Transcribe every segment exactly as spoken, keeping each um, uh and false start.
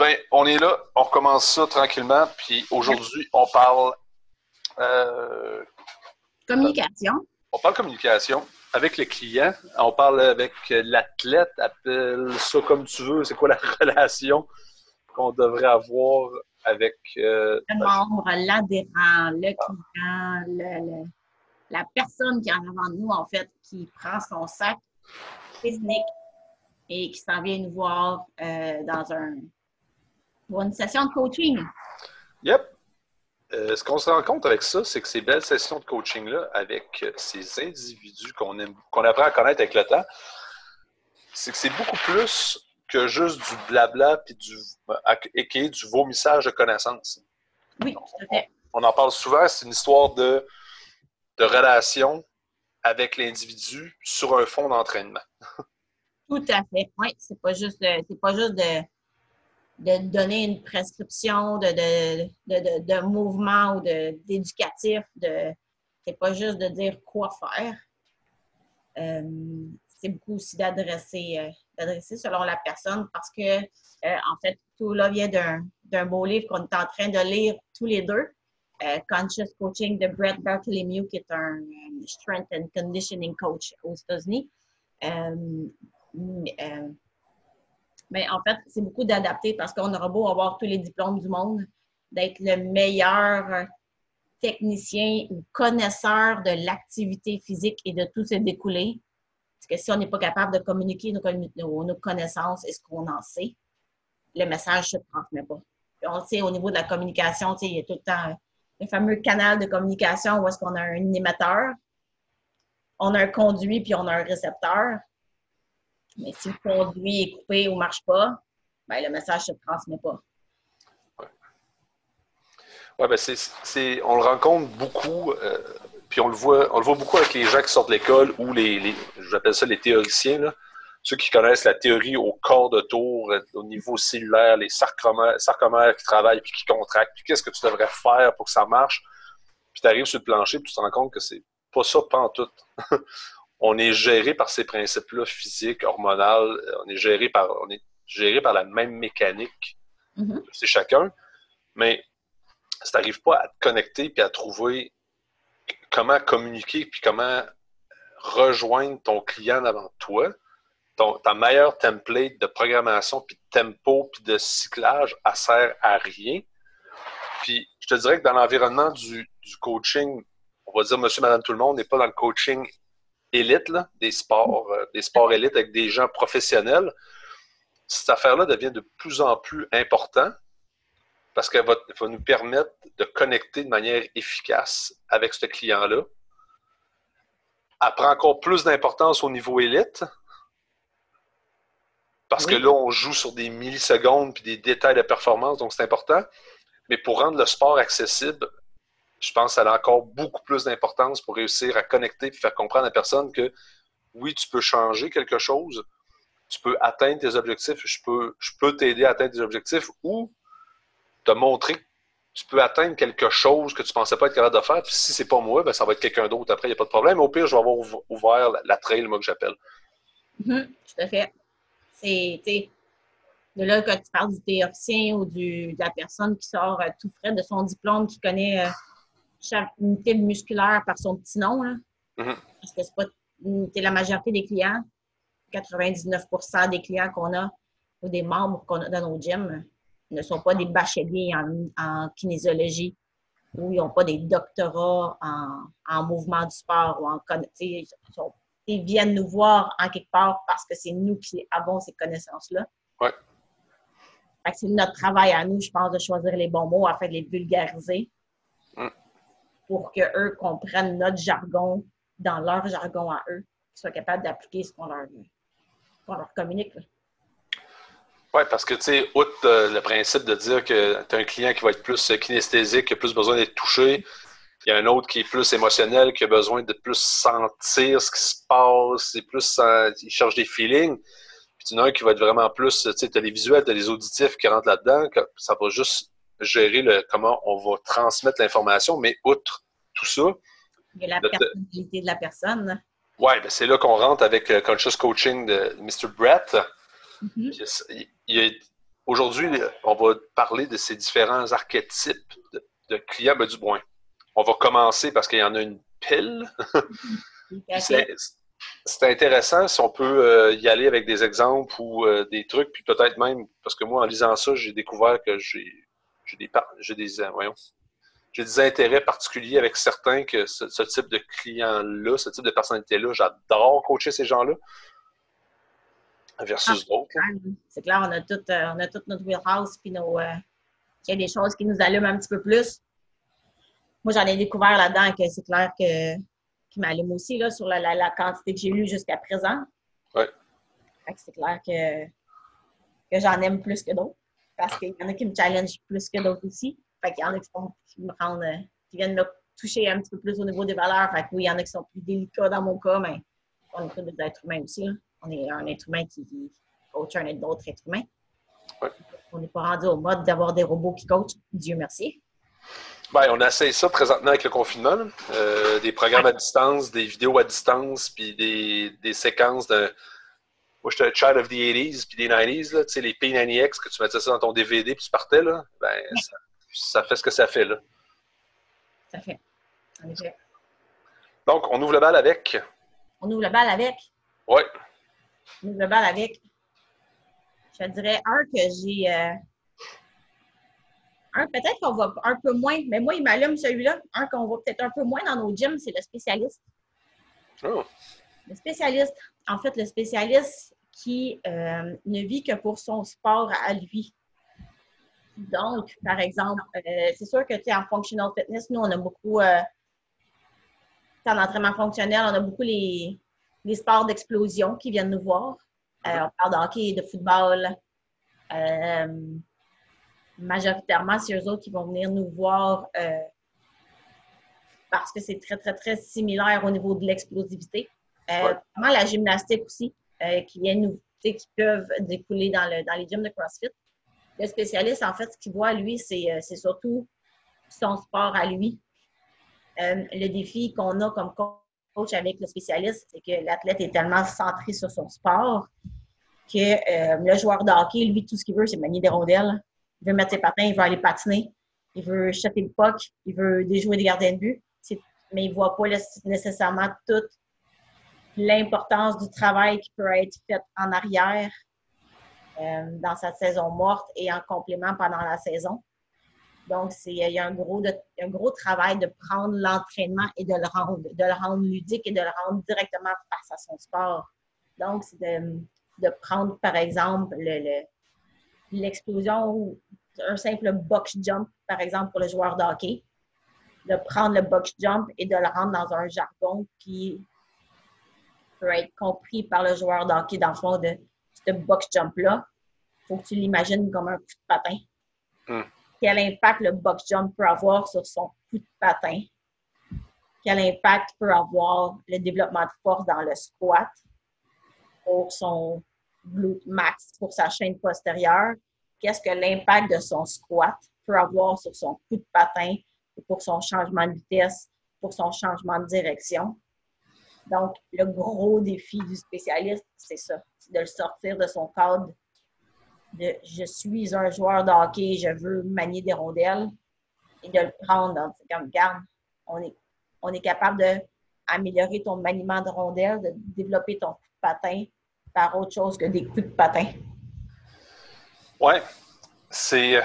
Ben, on est là, on recommence ça tranquillement, puis aujourd'hui, on parle euh, Communication. on parle communication avec le client, on parle avec l'athlète, appelle ça comme tu veux, c'est quoi la relation qu'on devrait avoir avec euh, Le membre, l'adhérent, le client, le, le- la personne qui est en avant de nous, en fait, qui prend son sac physique et qui s'en vient nous voir euh, dans un, pour une session de coaching. Yep. Euh, ce qu'on se rend compte avec ça, c'est que ces belles sessions de coaching-là, avec ces individus qu'on aime, qu'on apprend à connaître avec le temps, c'est que c'est beaucoup plus que juste du blabla puis du, et qui est du vomissage de connaissances. Oui, tout à fait. On en parle souvent, c'est une histoire de, de relation avec l'individu sur un fond d'entraînement. Tout à fait. Oui, c'est pas juste de, c'est pas juste de, de donner une prescription de, de, de, de, de mouvement ou de, d'éducatif. De, c'est pas juste de dire quoi faire. Euh, c'est beaucoup aussi d'adresser, euh, d'adresser selon la personne parce que, euh, en fait, tout là vient d'un, d'un beau livre qu'on est en train de lire tous les deux, euh, Conscious Coaching de Brett Bartholomew, qui est un um, strength and conditioning coach aux États-Unis. Euh, euh, mais en fait, c'est beaucoup d'adapter parce qu'on aura beau avoir tous les diplômes du monde, d'être le meilleur technicien ou connaisseur de l'activité physique et de tout se découler. Parce que si on n'est pas capable de communiquer nos, nos, nos connaissances et ce qu'on en sait, le message ne se transmet pas. Puis on sait, au niveau de la communication, il y a tout le temps le fameux canal de communication où est-ce qu'on a un émetteur, on a un conduit, puis on a un récepteur. Mais si le conduit est coupé ou ne marche pas, ben, le message ne se transmet pas. Oui, ouais, ben c'est, c'est, on le rencontre beaucoup, euh, puis on le voit, on le voit beaucoup avec les gens qui sortent de l'école ou les, les j'appelle ça les théoriciens, là. Ceux qui connaissent la théorie au corps de tour, euh, au niveau cellulaire, les sarcomères, sarcomères qui travaillent puis qui contractent, puis qu'est-ce que tu devrais faire pour que ça marche, puis tu arrives sur le plancher puis tu te rends compte que c'est pas ça pantoute. On est géré par ces principes-là physiques, hormonaux, on est géré par, on est géré par la même mécanique, Mm-hmm. c'est chacun, mais si tu n'arrives pas à te connecter puis à trouver comment communiquer puis comment rejoindre ton client devant toi, ton, ta meilleure template de programmation puis de tempo puis de cyclage, elle sert à rien. Puis je te dirais que dans l'environnement du, du coaching, on va dire monsieur, madame, tout le monde n'est pas dans le coaching élite, là, des sports, euh, des sports élites avec des gens professionnels. Cette affaire-là devient de plus en plus importante parce qu'elle va, va nous permettre de connecter de manière efficace avec ce client-là. Elle prend encore plus d'importance au niveau élite parce que Oui. là, on joue sur des millisecondes puis des détails de performance, donc c'est important. Mais pour rendre le sport accessible, je pense que ça a encore beaucoup plus d'importance pour réussir à connecter et faire comprendre à la personne que oui, tu peux changer quelque chose, tu peux atteindre tes objectifs, je peux, je peux t'aider à atteindre tes objectifs ou te montrer que tu peux atteindre quelque chose que tu ne pensais pas être capable de faire. Puis si c'est pas moi, ben ça va être quelqu'un d'autre après, il n'y a pas de problème. Au pire, je vais avoir ouvert la, la trail, moi, que j'appelle. Mm-hmm. Tout à fait. C'est, tu sais, de là, quand tu parles du théoricien ou du, de la personne qui sort euh, tout frais de son diplôme, qui connaît euh, chaque unité musculaire par son petit nom, là, Mm-hmm. parce que c'est pas c'est la majorité des clients, quatre-vingt-dix-neuf pour cent des clients qu'on a ou des membres qu'on a dans nos gyms ne sont pas des bacheliers en, en kinésiologie ou ils n'ont pas des doctorats en, en mouvement du sport ou en ils, sont, ils viennent nous voir en quelque part parce que c'est nous qui avons ces connaissances-là. Ouais. Fait que c'est notre travail à nous, je pense, de choisir les bons mots afin de les vulgariser Mm. pour qu'eux comprennent notre jargon dans leur jargon à eux, qu'ils soient capables d'appliquer ce qu'on leur, qu'on leur communique. Oui, parce que, tu sais, outre euh, le principe de dire que tu as un client qui va être plus kinesthésique, qui a plus besoin d'être touché, il y a un autre qui est plus émotionnel, qui a besoin de plus sentir ce qui se passe, c'est plus, euh, il cherche des feelings. Puis tu en as un qui va être vraiment plus, tu sais, tu as les visuels, tu as les auditifs qui rentrent là-dedans, que ça va juste gérer le, comment on va transmettre l'information, mais outre tout ça. Il y a la personnalité de la personne. Oui, ben c'est là qu'on rentre avec le Conscious Coaching de mister Brett. Mm-hmm. Il, il, aujourd'hui, on va parler de ces différents archétypes de, de clients, ben, du moins. On va commencer parce qu'il y en a une pile. c'est, c'est intéressant si on peut euh, y aller avec des exemples ou euh, des trucs, puis peut-être même, parce que moi, en lisant ça, j'ai découvert que j'ai, j'ai des, j'ai des, euh, voyons, j'ai des intérêts particuliers avec certains que ce, ce type de clients-là, ce type de personnalité-là, j'adore coacher ces gens-là versus Ah, d'autres. c'est clair, on a tout, euh, on a tout notre wheelhouse, puis nos, euh, il y a des choses qui nous allument un petit peu plus. Moi, j'en ai découvert là-dedans que c'est clair que qui m'allume aussi là, sur la, la, la quantité que j'ai lue jusqu'à présent. Ouais. Fait que c'est clair que, que j'en aime plus que d'autres. Parce qu'il y en a qui me challengent plus que d'autres aussi. Fait qu'il y en a qui, sont, qui me rendent, qui viennent me toucher un petit peu plus au niveau des valeurs. Fait que oui, il y en a qui sont plus délicats dans mon cas, mais on est tous des êtres humains aussi. Là. On est un être humain qui, qui coach un autre être humain. Ouais. On n'est pas rendu au mode d'avoir des robots qui coachent. Dieu merci. Ben, on essaie ça présentement avec le confinement. Euh, des programmes à distance, des vidéos à distance, puis des, des séquences de... Moi, j'étais un child of the eighties puis des nineties, là, tu sais, les P quatre-vingt-dix X, que tu mettais ça dans ton D V D puis tu partais, là. Ben, ça, ça fait ce que ça fait, là. Ça fait. En effet. Donc, on ouvre le bal avec. On ouvre le bal avec. Oui. On ouvre le bal avec. Je te dirais un que j'ai... Euh... Un, peut-être qu'on va un peu moins, mais moi, il m'allume celui-là. Un qu'on va peut-être un peu moins dans nos gyms, c'est le spécialiste. Oh. Le spécialiste, en fait, le spécialiste qui euh, ne vit que pour son sport à lui. Donc, par exemple, euh, c'est sûr que tu es en functional fitness, nous, on a beaucoup, euh, en entraînement fonctionnel, on a beaucoup les, les sports d'explosion qui viennent nous voir. Euh, on parle de hockey, de football. Euh, majoritairement, c'est eux autres qui vont venir nous voir euh, parce que c'est très, très, très similaire au niveau de l'explosivité. Euh, ouais. La gymnastique aussi, euh, qui viennent nous, qui peuvent découler dans, le, dans les gyms de CrossFit. Le spécialiste, en fait, ce qu'il voit, lui, c'est, c'est surtout son sport à lui. Euh, le défi qu'on a comme coach avec le spécialiste, c'est que l'athlète est tellement centré sur son sport que euh, le joueur de hockey, lui, tout ce qu'il veut, c'est manier des rondelles. Il veut mettre ses patins, il veut aller patiner, il veut jeter le puck, il veut déjouer des gardiens de but, c'est, mais il ne voit pas nécessairement toute l'importance du travail qui peut être fait en arrière euh, dans sa saison morte et en complément pendant la saison. Donc, c'est, il y a un gros, de, un gros travail de prendre l'entraînement et de le rendre, de le rendre ludique et de le rendre directement face à son sport. Donc, c'est de, de prendre, par exemple, le, le, l'explosion ou un simple box jump, par exemple, pour le joueur de hockey. De prendre le box jump et de le rendre dans un jargon qui peut être compris par le joueur de hockey dans le fond de ce box jump-là. Il faut que tu l'imagines comme un coup de patin. Mm. Quel impact le box jump peut avoir sur son coup de patin? Quel impact peut avoir le développement de force dans le squat pour son glute max, pour sa chaîne postérieure? Qu'est-ce que l'impact de son squat peut avoir sur son coup de patin, pour son changement de vitesse, pour son changement de direction? Donc, le gros défi du spécialiste, c'est ça, c'est de le sortir de son cadre de « je suis un joueur de hockey, je veux manier des rondelles » et de le prendre dans comme garde. On est, on est capable d'améliorer ton maniement de rondelles, de développer ton coup de patin par autre chose que des coups de patin. Ouais, c'est...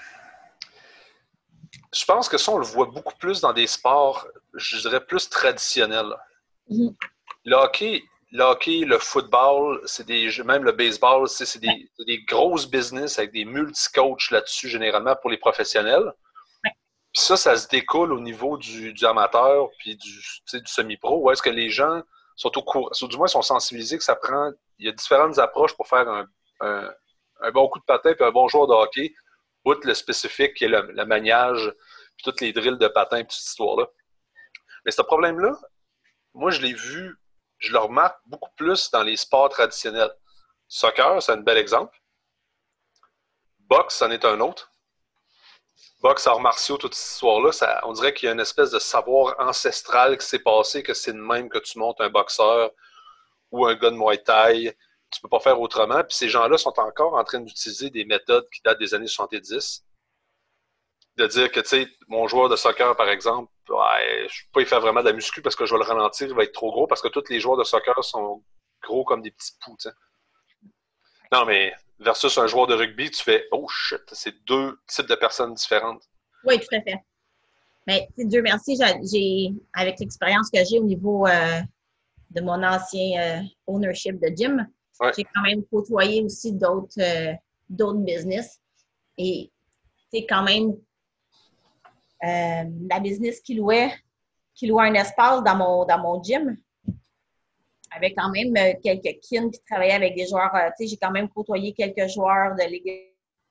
Je pense que ça, on le voit beaucoup plus dans des sports, je dirais, plus traditionnels. Mm-hmm. Le hockey... Le hockey, le football, c'est des même le baseball, c'est, c'est, des, c'est des grosses business avec des multi-coachs là-dessus, généralement pour les professionnels. Puis ça, ça se découle au niveau du, du amateur puis du, du semi-pro, où est-ce que les gens sont au courant, du moins sont sensibilisés que ça prend, il y a différentes approches pour faire un, un, un bon coup de patin puis un bon joueur de hockey, outre le spécifique qui est le, le maniage puis toutes les drills de patin puis cette histoire-là. Mais ce problème-là, moi, je l'ai vu je le remarque beaucoup plus dans les sports traditionnels. Soccer, c'est un bel exemple. Boxe, c'en est un autre. Boxe, arts martiaux, toute cette histoire-là, ça, on dirait qu'il y a une espèce de savoir ancestral qui s'est passé, que c'est de même que tu montes un boxeur ou un gars de Muay Thai tu peux pas faire autrement. Puis ces gens-là sont encore en train d'utiliser des méthodes qui datent des années soixante-dix. De dire que, tu sais, mon joueur de soccer, par exemple, ouais, je peux pas y faire vraiment de la muscu parce que je vais le ralentir, il va être trop gros parce que tous les joueurs de soccer sont gros comme des petits poux, tu sais. Non, mais versus un joueur de rugby, tu fais, oh shit, c'est deux types de personnes différentes. Oui, tout à fait. Mais Dieu merci, j'ai, avec l'expérience que j'ai au niveau euh, de mon ancien euh, ownership de gym, Ouais. j'ai quand même côtoyé aussi d'autres euh, d'autres business. Et c'est quand même euh, la business qui louait, qui louait un espace dans mon, dans mon gym. Avec quand même euh, quelques kins qui travaillaient avec des joueurs. Euh, tu sais, j'ai quand même côtoyé quelques joueurs de Ligue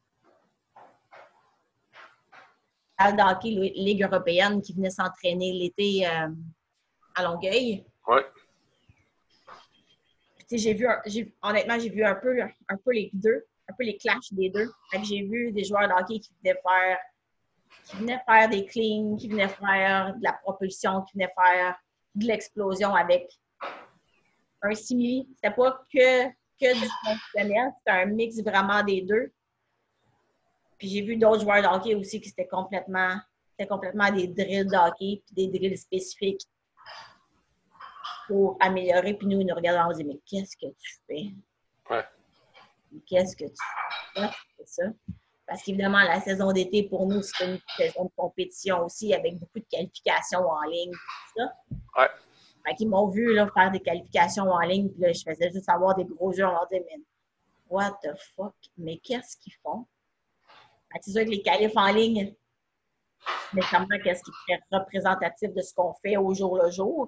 de hockey, Ligue européenne, qui venaient s'entraîner l'été euh, à Longueuil. Ouais. Puis, j'ai vu, j'ai, honnêtement, j'ai vu un peu, un peu les deux, un peu les clashs des deux. Fait que j'ai vu des joueurs de hockey qui venaient faire, qui venaient faire des cleans, qui venaient faire de la propulsion, qui venaient faire de l'explosion avec un simili. C'était pas que, que du fonctionnel, c'était un mix vraiment des deux. Puis j'ai vu d'autres joueurs de hockey aussi qui c'était complètement, c'était complètement des drills de hockey, puis des drills spécifiques pour améliorer. Puis nous, ils nous regardaient, on se disait, mais qu'est-ce que tu fais? Ouais. Qu'est-ce que tu fais? Pourquoi tu fais ça? Parce qu'évidemment, la saison d'été, pour nous, c'est une saison de compétition aussi, avec beaucoup de qualifications en ligne. Tout ça. Ouais. Fait qu'ils m'ont vu là, faire des qualifications en ligne, puis là, je faisais juste avoir des gros jeux. On leur disait, mais what the fuck? Mais qu'est-ce qu'ils font? Fait que c'est sûr que les qualifs en ligne, nécessairement, qu'est-ce qui est représentatif de ce qu'on fait au jour le jour.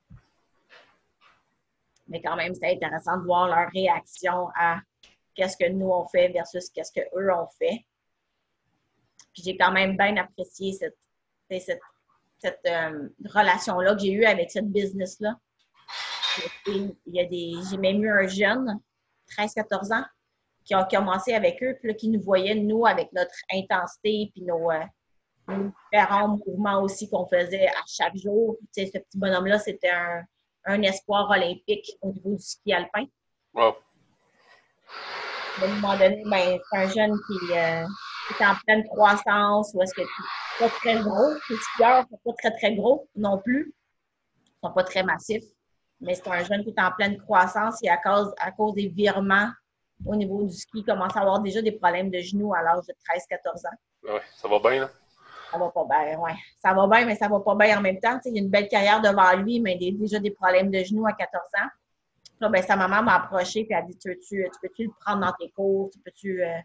Mais quand même, c'est intéressant de voir leur réaction à qu'est-ce que nous on fait versus qu'est-ce qu'eux ont fait. Puis j'ai quand même bien apprécié cette, cette, cette euh, relation-là que j'ai eue avec cette business-là. Il y a des, j'ai même eu un jeune, treize quatorze ans, qui a commencé avec eux, puis là, qui nous voyait, nous, avec notre intensité, puis nos, euh, nos différents mouvements aussi qu'on faisait à chaque jour. Tu sais, ce petit bonhomme-là, c'était un, un espoir olympique au niveau du ski alpin. Wow. À un moment donné, ben, c'est un jeune qui, euh, qui est en pleine croissance, ou est-ce que tu pas très gros. Les skieurs ne sont pas très, très gros non plus. Ils ne sont pas très massifs. Mais c'est un jeune qui est en pleine croissance et à cause, à cause des virements au niveau du ski, il commence à avoir déjà des problèmes de genoux à l'âge de treize quatorze ans. Ouais, ça va bien, là? Ça va pas bien, oui. Ça va bien, mais ça va pas bien en même temps. Tu sais, il y a une belle carrière devant lui, mais il a déjà des problèmes de genoux à quatorze ans. Là, ben, sa maman m'a approché et elle a dit, tu, tu, tu peux-tu le prendre dans tes cours? Tu peux-tu... Euh...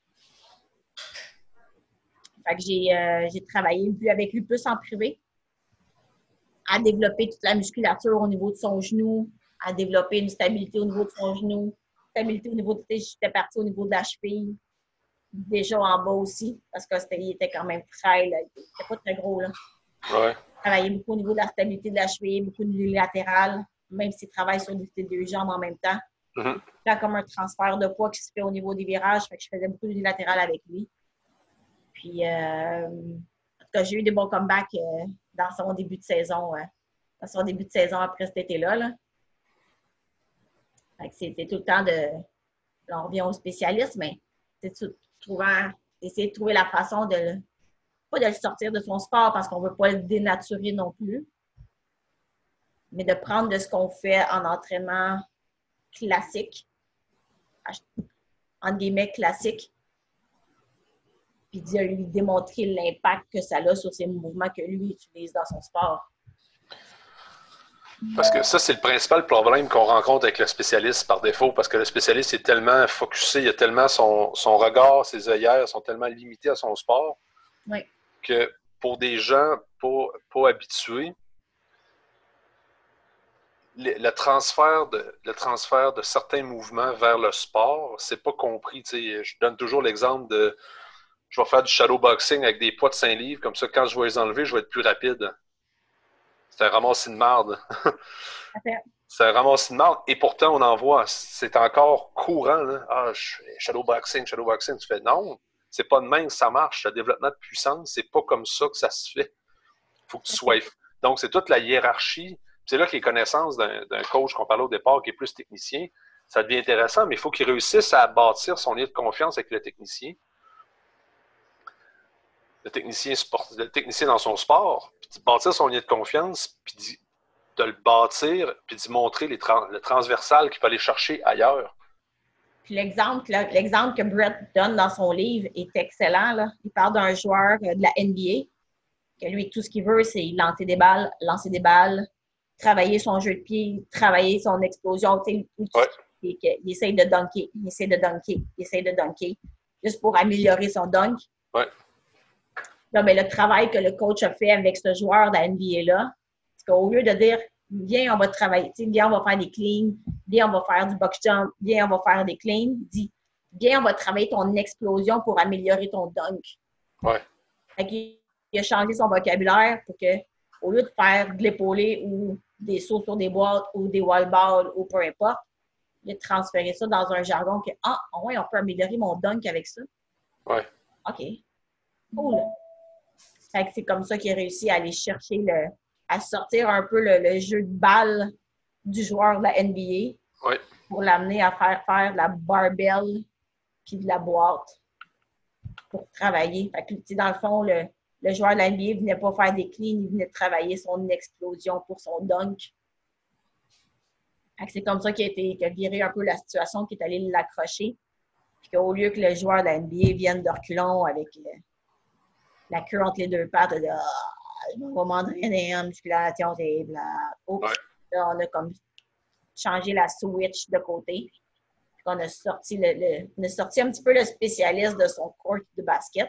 Fait que j'ai, euh, j'ai travaillé avec lui plus en privé, à développer toute la musculature au niveau de son genou, à développer une stabilité au niveau de son genou, stabilité au niveau de... J'étais partie au niveau de la cheville, déjà en bas aussi, parce qu'il était quand même très... Là, il n'était pas très gros, là. Ouais. Travaillé beaucoup au niveau de la stabilité de la cheville, beaucoup de l'unilatéral, même s'il travaille sur des deux jambes en même temps. Mm-hmm. Là, comme un transfert de poids qui se fait au niveau des virages, fait que je faisais beaucoup d'unilatéral avec lui. Puis, euh, en tout cas, j'ai eu des bons comebacks euh, dans son début de saison, euh, dans son début de saison après cet été-là. Là. Fait que c'était tout le temps de... Là, on revient au spécialiste, mais c'est trouvant, essayer de trouver la façon de... Pas de le sortir de son sport parce qu'on ne veut pas le dénaturer non plus, mais de prendre de ce qu'on fait en entraînement classique, entre guillemets classique, puis de lui démontrer l'impact que ça a sur ses mouvements que lui utilise dans son sport. Parce que ça, c'est le principal problème qu'on rencontre avec le spécialiste par défaut, parce que le spécialiste est tellement focusé, il a tellement son, son regard, ses œillères sont tellement limités à son sport, oui. que pour des gens pas, pas habitués, le, le, transfert de, le transfert de certains mouvements vers le sport, c'est pas compris. T'sais, je donne toujours l'exemple de je vais faire du shadowboxing avec des poids de cinq livres, comme ça, quand je vais les enlever, je vais être plus rapide. C'est un ramassis de marde. C'est un ramassis de marde. Et pourtant, on en voit. C'est encore courant. Là. Ah, shadowboxing, shadowboxing. Tu fais non. C'est pas de même que ça marche. Le développement de puissance, c'est pas comme ça que ça se fait. Il faut que tu sois... Donc, c'est toute la hiérarchie. C'est là que les connaissances d'un, d'un coach qu'on parlait au départ, qui est plus technicien, ça devient intéressant, mais il faut qu'il réussisse à bâtir son lien de confiance avec le technicien. Le technicien, sport, le technicien dans son sport, puis de bâtir son lien de confiance, puis de le bâtir, puis d'y montrer les trans, le transversal qu'il peut aller chercher ailleurs. Puis l'exemple, l'exemple que Brett donne dans son livre est excellent. Là. Il parle d'un joueur de la N B A, que lui, tout ce qu'il veut, c'est lancer des balles, lancer des balles, travailler son jeu de pied, travailler son explosion. Tu sais, ouais. il, il essaye de dunker, il essaye de dunker, il essaye de dunker, juste pour améliorer son dunk. Ouais. Là, ben, le travail que le coach a fait avec ce joueur de la N B A-là, c'est qu'au lieu de dire « Viens, on va travailler, viens, on va faire des cleans, viens, on va faire du box jump, viens, on va faire des cleans », il dit « Viens, on va travailler ton explosion pour améliorer ton dunk. » Ouais. Fait qu'il il a changé son vocabulaire pour que, au lieu de faire de l'épaulé ou des sauts sur des boîtes ou des wall balls ou peu importe, il a transféré ça dans un jargon que « Ah, ouais, on peut améliorer mon dunk avec ça. » Ouais. OK. Cool. Fait que c'est comme ça qu'il a réussi à aller chercher le, à sortir un peu le, le jeu de balle du joueur de la N B A ouais. pour l'amener à faire faire de la barbell puis de la boîte pour travailler. Fait que, dans le fond, le, le joueur de la N B A ne venait pas faire des cleans, il venait travailler son explosion pour son dunk. Fait que c'est comme ça qu'il a, été, qu'il a viré un peu la situation, qu'il est allé l'accrocher. Puis qu'au lieu que le joueur de la N B A vienne de reculons avec le, la queue entre les deux pattes, de ah, je vais m'entraîner en musculation, c'est bla. Oups, ouais. Là, on a comme changé la switch de côté. Puis on a sorti le, le, on a sorti un petit peu le spécialiste de son court de basket.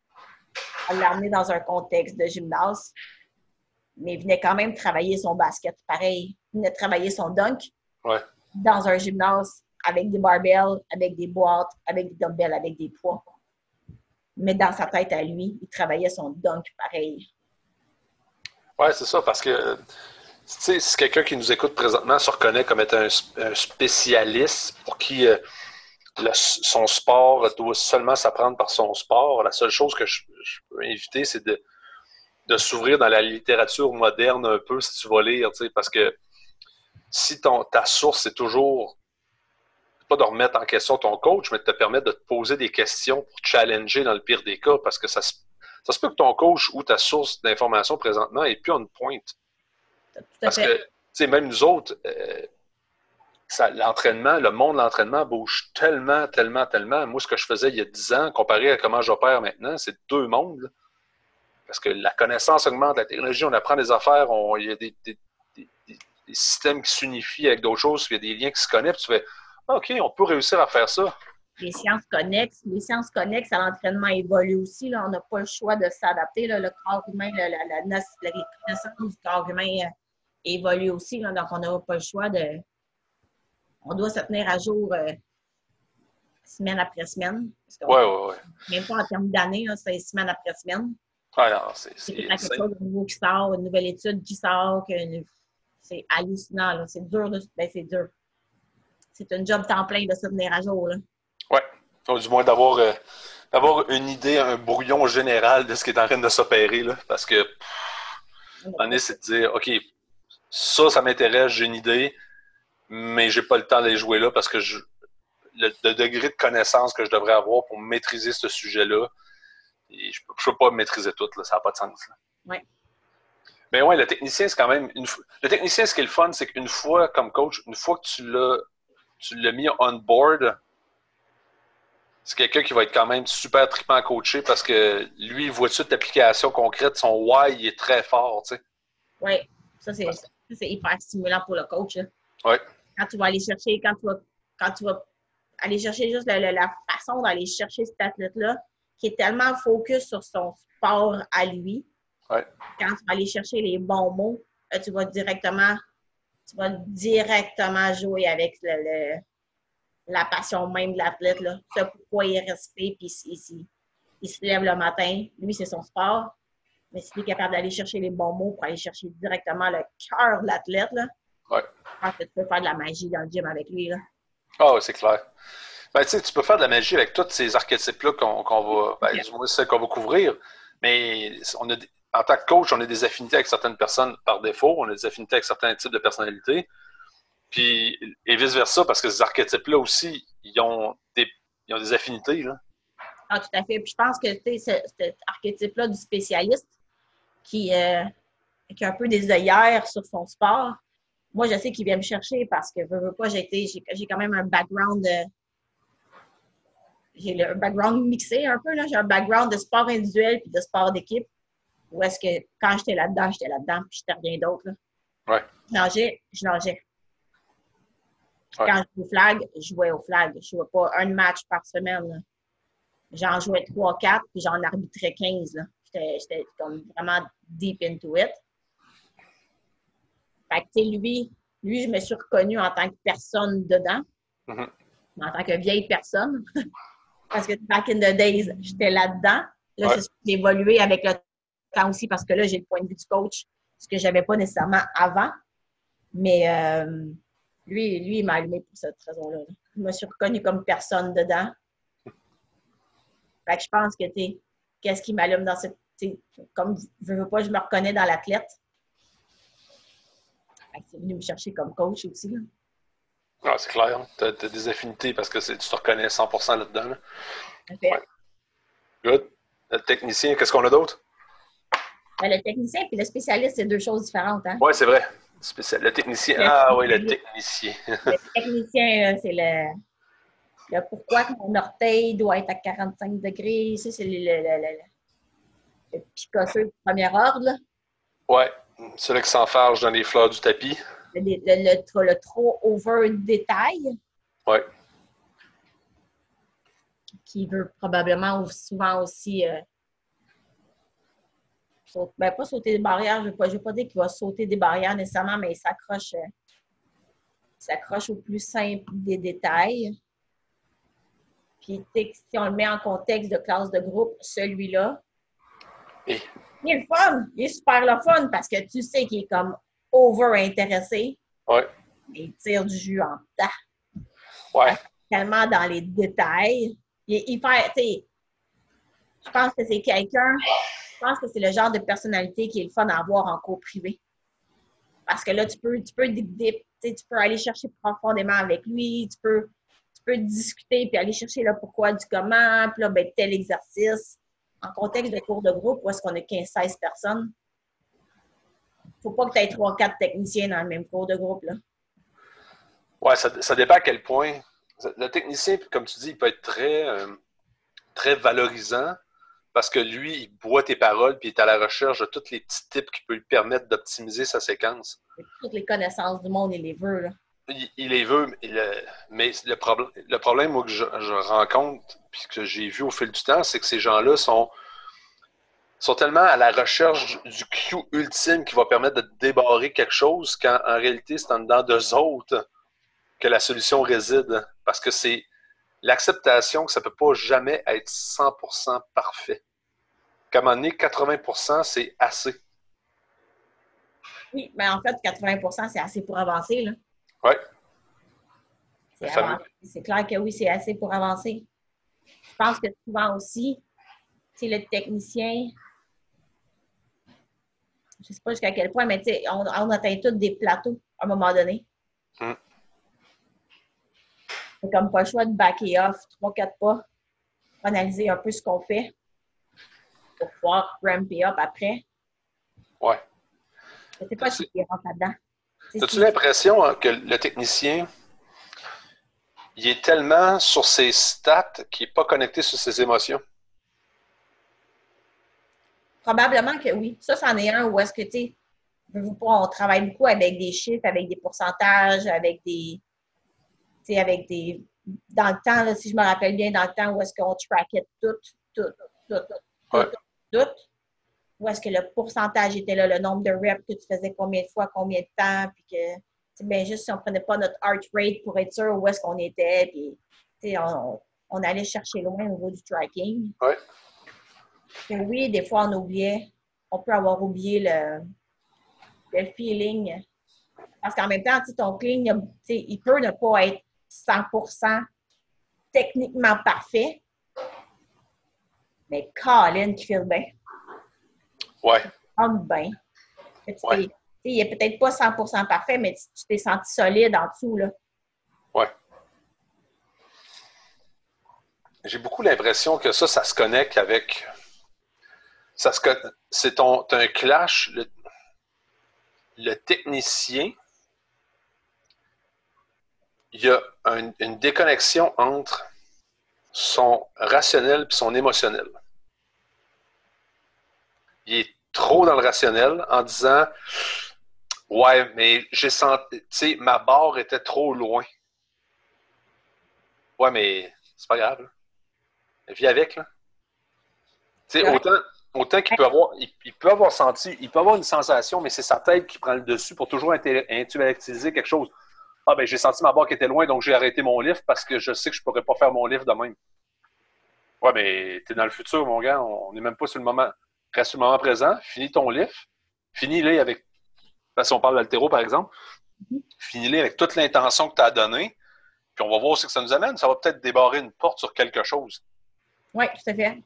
On l'a amené dans un contexte de gymnase. Mais il venait quand même travailler son basket. Pareil, il venait travailler son dunk ouais. dans un gymnase avec des barbells, avec des boîtes, avec des dumbbells, avec des poids. Mais dans sa tête à lui, il travaillait son dunk pareil. Oui, c'est ça, parce que tu sais, si quelqu'un qui nous écoute présentement se reconnaît comme étant un, un spécialiste pour qui euh, le, son sport doit seulement s'apprendre par son sport, la seule chose que je, je peux inviter, c'est de, de s'ouvrir dans la littérature moderne un peu si tu vas lire, tu sais, parce que si ton, ta source est toujours pas de remettre en question ton coach, mais de te permettre de te poser des questions pour challenger dans le pire des cas, parce que ça se, ça se peut que ton coach ou ta source d'information présentement n'est plus en pointe. Parce que, tu sais, même nous autres, euh, ça, l'entraînement, le monde de l'entraînement bouge tellement, tellement, tellement. Moi, ce que je faisais il y a dix ans, comparé à comment j'opère maintenant, c'est deux mondes. Là. Parce que la connaissance augmente, la technologie, on apprend des affaires, on, il y a des, des, des, des systèmes qui s'unifient avec d'autres choses, il y a des liens qui se connectent, tu fais OK, on peut réussir à faire ça. Les sciences connexes, les sciences connexes à l'entraînement évoluent aussi. Là. On n'a pas le choix de s'adapter. Là. Le corps humain, la, la, la, la, les connaissances du corps humain euh, évoluent aussi. Là. Donc, on n'a pas le choix de... On doit se tenir à jour euh, semaine après semaine. Oui, oui, oui. Même pas en termes d'années, c'est semaine après semaine. Ah non, c'est... C'est quelque chose de nouveau qui sort, une nouvelle étude qui sort. Que, c'est hallucinant. Là. C'est dur. Là. Ben, c'est dur. C'est un job temps plein de se tenir à jour. Oui. Ou du moins d'avoir, euh, d'avoir une idée, un brouillon général de ce qui est en train de s'opérer. Là, parce que, on est, c'est de dire, OK, ça, ça m'intéresse, j'ai une idée, mais j'ai pas le temps d'aller jouer là parce que je, le, le degré de connaissance que je devrais avoir pour maîtriser ce sujet-là, et je ne peux pas maîtriser tout, là, ça n'a pas de sens. Oui. Mais oui, le technicien, c'est quand même... Une, le technicien, ce qui est le fun, c'est qu'une fois, comme coach, une fois que tu l'as tu l'as mis on board, c'est quelqu'un qui va être quand même super trippant coaché parce que lui, il voit tout l'application concrète, son why, il est très fort, tu sais. Oui, ça c'est, ça, c'est hyper stimulant pour le coach. Oui. Quand tu vas aller chercher, quand tu vas, quand tu vas aller chercher juste la, la, la façon d'aller chercher cet athlète-là, qui est tellement focus sur son sport à lui, ouais. Quand tu vas aller chercher les bons mots, tu vas directement tu vas directement jouer avec le, le, la passion même de l'athlète. Là. C'est pourquoi il reste fait, puis il, il, il se lève le matin. Lui, c'est son sport. Mais s'il est capable d'aller chercher les bons mots pour aller chercher directement le cœur de l'athlète, là, ouais. je pense que tu peux faire de la magie dans le gym avec lui. Ah oh, oui, c'est clair. Ben, tu sais, tu peux faire de la magie avec tous ces archétypes-là qu'on, qu'on va, ben, okay. du moins celles qu'on va couvrir, mais on a, en tant que coach, on a des affinités avec certaines personnes par défaut, on a des affinités avec certains types de personnalités. Puis, et vice-versa, parce que ces archétypes-là aussi, ils ont des, ils ont des affinités, là. Ah, tout à fait. Puis je pense que tu sais, ce- cet archétype-là du spécialiste qui, euh, qui a un peu des œillères sur son sport, moi, je sais qu'il vient me chercher parce que, veux, veux pas, j'ai été, j'ai, j'ai quand même un background de, j'ai le- un background mixé un peu, là. J'ai un background de sport individuel puis de sport d'équipe. Où est-ce que quand j'étais là-dedans, j'étais là-dedans, puis j'étais rien d'autre, là. Ouais. Je nageais, je nageais. Puis Ouais. quand je jouais au flag, je jouais au flag. Je jouais pas un match par semaine, là. J'en jouais trois quatre, puis j'en arbitrais quinze, là. J'étais, j'étais comme vraiment deep into it. Fait que, tu sais, lui, lui, je me suis reconnue en tant que personne dedans, Mm-hmm. mais en tant que vieille personne. Parce que back in the days, j'étais là-dedans. Là, Ouais. c'est sûr que j'ai évolué avec le temps aussi parce que là, j'ai le point de vue du coach, ce que je n'avais pas nécessairement avant. Mais euh, lui, lui, il m'a allumé pour cette raison-là. Je me suis reconnue comme personne dedans. Fait que je pense que, tu sais, qu'est-ce qui m'allume dans cette. Comme je veux pas, je me reconnais dans l'athlète. Fait que c'est venu me chercher comme coach aussi, là. Ah, c'est clair. Tu as des affinités parce que tu te reconnais cent pour cent là-dedans. Là. Okay. Ouais. Good. Le technicien, qu'est-ce qu'on a d'autre? Ben, le technicien et le spécialiste, c'est deux choses différentes. Hein? Oui, c'est vrai. Spécial. Le technicien. Le Ah oui, le technicien. Le technicien, c'est le, le pourquoi que mon orteil doit être à quarante-cinq degrés. Ça, c'est le, le, le, le, le picosseux de premier ordre. Oui, celui qui s'enfarge dans les fleurs du tapis. Le, le, le, le trop over détail. Oui. Qui veut probablement souvent aussi euh, sauter, ben, pas sauter des barrières, je ne vais, vais pas dire qu'il va sauter des barrières nécessairement, mais il s'accroche, euh, il s'accroche au plus simple des détails. Puis, si on le met en contexte de classe de groupe, celui-là, Et... il est le fun, il est super le fun parce que tu sais qu'il est comme over-intéressé. Oui. Il tire du jus en temps. Oui. Tellement dans les détails. Il, il fait, tu sais, je pense que c'est quelqu'un, je pense que c'est le genre de personnalité qui est le fun à avoir en cours privé. Parce que là, tu peux, tu peux, dip, tu peux aller chercher profondément avec lui, tu peux, tu peux discuter puis aller chercher le pourquoi du comment, puis là, ben, tel exercice. En contexte de cours de groupe, où est-ce qu'on a quinze seize personnes, il ne faut pas que tu aies trois quatre techniciens dans le même cours de groupe, là. Oui, ça, ça dépend à quel point. Le technicien, comme tu dis, il peut être très, euh, très valorisant parce que lui, il boit tes paroles puis il est à la recherche de tous les petits tips qui peuvent lui permettre d'optimiser sa séquence. Toutes les connaissances du monde, il les veut, là. Il, il les veut, mais le, mais le, problème, le problème moi, que je, je rencontre puis que j'ai vu au fil du temps, c'est que ces gens-là sont, sont tellement à la recherche du cue ultime qui va permettre de débarrer quelque chose quand en réalité, c'est en dedans d'eux autres que la solution réside. Parce que c'est l'acceptation que ça ne peut pas jamais être cent pour cent parfait. Qu'à un moment donné, quatre-vingts pour cent, c'est assez. Oui, mais en fait, quatre-vingts pour cent, c'est assez pour avancer, là. Oui. C'est, c'est clair que oui, c'est assez pour avancer. Je pense que souvent aussi, tu sais, le technicien, je ne sais pas jusqu'à quel point, mais tu sais, on, on atteint tous des plateaux à un moment donné. Mm. C'est comme pas le choix de backer off trois quatre pas, analyser un peu ce qu'on fait pour pouvoir ramper up après. Oui. Je ne sais pas si il rentre là-dedans. As-tu l'impression hein, que le technicien, il est tellement sur ses stats qu'il n'est pas connecté sur ses émotions? Probablement que oui. Ça, c'en est un où est-ce que, tu sais, on travaille beaucoup avec des chiffres, avec des pourcentages, avec des, tu sais, avec des, dans le temps, là, si je me rappelle bien, dans le temps où est-ce qu'on trackait tout, tout, tout, tout, ouais. tout, tout, où est-ce que le pourcentage était là, le nombre de reps que tu faisais combien de fois, combien de temps, puis que, c'est bien juste si on ne prenait pas notre heart rate pour être sûr où est-ce qu'on était, puis, tu sais, on, on allait chercher loin au niveau du tracking. Ouais. Et oui, des fois, on oubliait, on peut avoir oublié le, le feeling. Parce qu'en même temps, ton clean, il peut ne pas être cent pour cent techniquement parfait, mais Colin qui file bien. Ouais. Comme bien. Tu ouais. il n'est peut-être pas cent pour cent parfait, mais tu tu t'es senti solide en dessous, là. Ouais. J'ai beaucoup l'impression que ça, ça se connecte avec. Ça se con- C'est ton, t'as un clash. Le, le technicien, il y a un- une déconnexion entre son rationnel et son émotionnel. Il est trop dans le rationnel en disant ouais, mais j'ai senti, tu sais, ma barre était trop loin. Ouais, mais c'est pas grave, là. Vis avec, là. Tu sais, Correct. autant, autant qu'il peut avoir, il, il peut avoir senti, il peut avoir une sensation, mais c'est sa tête qui prend le dessus pour toujours intellectualiser quelque chose. Ah, ben, j'ai senti ma barre qui était loin, donc j'ai arrêté mon lift parce que je sais que je pourrais pas faire mon lift de même. Ouais, mais t'es dans le futur, mon gars, on n'est même pas sur le moment. Reste sur le moment présent, finis ton lift, finis-les avec, si on parle d'altéro, par exemple, finis-les avec toute l'intention que tu as donnée, puis on va voir ce que ça nous amène. Ça va peut-être débarrer une porte sur quelque chose. Oui, tout à fait.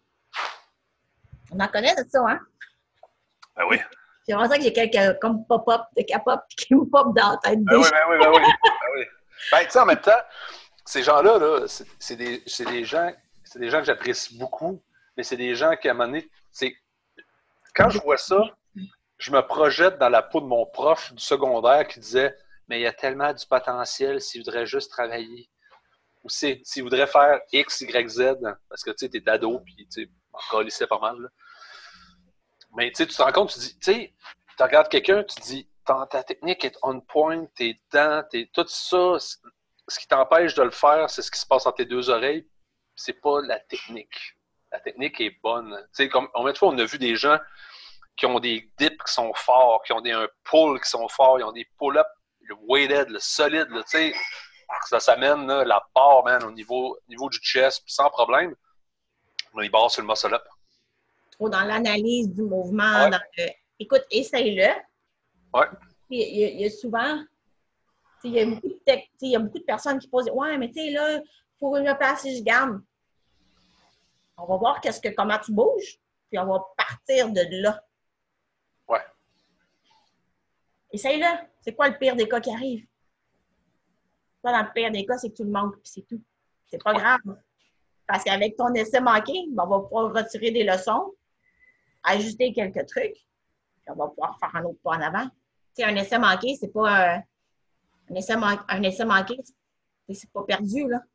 On en connaît de ça, hein? Ben oui. J'ai l'impression qu'il y a quelques comme pop-up, de cap-up qui me pop dans la tête Ben oui, déjà. ben oui, ben oui. Ben oui. Ben, tu sais, en même temps, ces gens-là, là, c'est, c'est des, c'est des gens, c'est des gens que j'apprécie beaucoup, mais c'est des gens qui, à un moment donné, c'est, quand je vois ça, je me projette dans la peau de mon prof du secondaire qui disait mais il y a tellement du potentiel s'il voudrait juste travailler. Ou s'il voudrait faire X, Y, Z, parce que tu sais, t'es ado, puis tu sais, encore lycée pas mal. Là. Mais tu sais, tu te rends compte, tu dis, tu sais, tu regardes quelqu'un, tu dis, ta, ta technique est on point, t'es dedans, t'es tout ça. Ce qui t'empêche de le faire, c'est ce qui se passe entre tes deux oreilles. C'est pas la technique. La technique est bonne. Tu sais, comme, combien de fois on a vu des gens qui ont des dips qui sont forts, qui ont des un pull qui sont forts, ils ont des pull-ups, le weighted, le solide, tu sais, ça s'amène là, la barre, man, au niveau, niveau du chest, sans problème. On les barres sur le muscle-up. Trop dans l'analyse du mouvement. Ouais. Dans le... Écoute, essaye-le. Ouais. Puis, il, y a, il y a souvent, il y a, beaucoup de tech, il y a beaucoup de personnes qui posent ouais, mais tu sais, là, il faut que je me place si je gamme. On va voir qu'est-ce que, comment tu bouges, puis on va partir de là. Ouais. Essaye-le. C'est quoi le pire des cas qui arrive? Toi, dans le pire des cas, c'est que tu le manques, puis c'est tout. C'est pas Ouais. grave. Parce qu'avec ton essai manqué, ben, on va pouvoir retirer des leçons, ajuster quelques trucs, puis on va pouvoir faire un autre pas en avant. Tu sais, un essai manqué, c'est pas euh, un, essai man... un essai manqué, c'est pas perdu, là.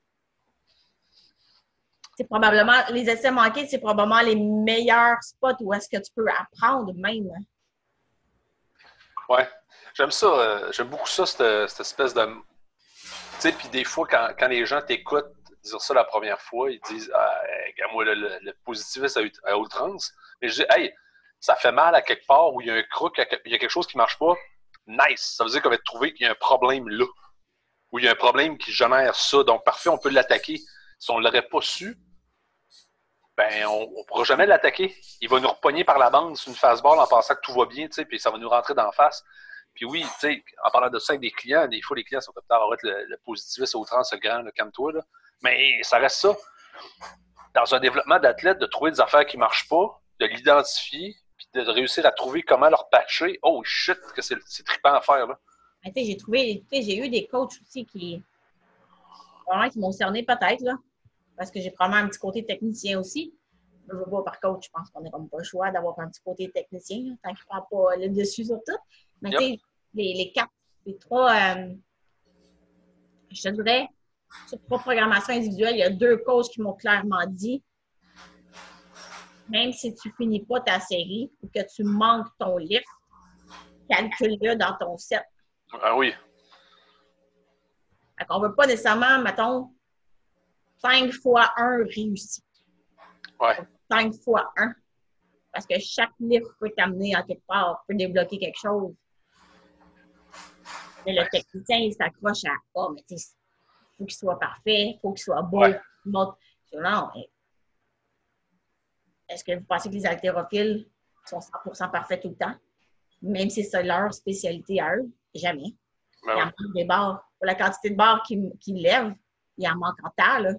C'est probablement, les essais manqués, c'est probablement les meilleurs spots où est-ce que tu peux apprendre même. Ouais. J'aime ça. Euh, j'aime beaucoup ça, cette, cette espèce de. Tu sais, puis des fois, quand, quand les gens t'écoutent dire ça la première fois, ils disent ah, moi, le, le, le positivisme à, à outrance. Mais je dis, hey, ça fait mal à quelque part où il y a un crook, il y a quelque chose qui ne marche pas. Nice. Ça veut dire qu'on va trouver qu'il y a un problème là. Où il y a un problème qui génère ça. Donc, parfait, on peut l'attaquer. Si on ne l'aurait pas su, ben, on ne pourra jamais l'attaquer. Il va nous repogner par la bande sur une fastball en pensant que tout va bien, tu sais, puis ça va nous rentrer d'en face. Puis oui, tu sais, en parlant de ça avec des clients, des fois, les clients sont comme ça, arrête le, le positivisme au trans, le grand, le calme-toi, là. Mais ça reste ça. Dans un développement d'athlète, de trouver des affaires qui ne marchent pas, de l'identifier, puis de réussir à trouver comment leur patcher. Oh shit, que c'est, c'est trippant à faire, là. Mais tu sais, j'ai trouvé, tu sais, j'ai eu des coachs aussi qui, vraiment, qui m'ont cerné peut-être, là, parce que j'ai probablement un petit côté technicien aussi. Je veux pas, par contre, je pense qu'on n'a comme pas le choix d'avoir un petit côté technicien, là, tant qu'il ne prend pas le dessus sur tout. Mais Yep. tu sais, les, les quatre, les trois, euh, je te dirais, sur trois programmations individuelles, il y a deux coachs qui m'ont clairement dit, même si tu finis pas ta série ou que tu manques ton lift, calcule-le dans ton set. Ah oui. On ne veut pas nécessairement, mettons, cinq fois un réussi. Ouais. cinq fois un. Parce que chaque livre peut t'amener en quelque part, peut débloquer quelque chose. Mais le technicien, il s'accroche à oh, mais tu sais, il faut qu'il soit parfait, il faut qu'il soit beau. Ouais. Non, mais est-ce que vous pensez que les haltérophiles sont cent pour cent parfaits tout le temps? Même si c'est leur spécialité à eux? Jamais. Ben il en oui. manque des barres. Pour la quantité de barres qu'ils qui lèvent, il en manque en temps, là.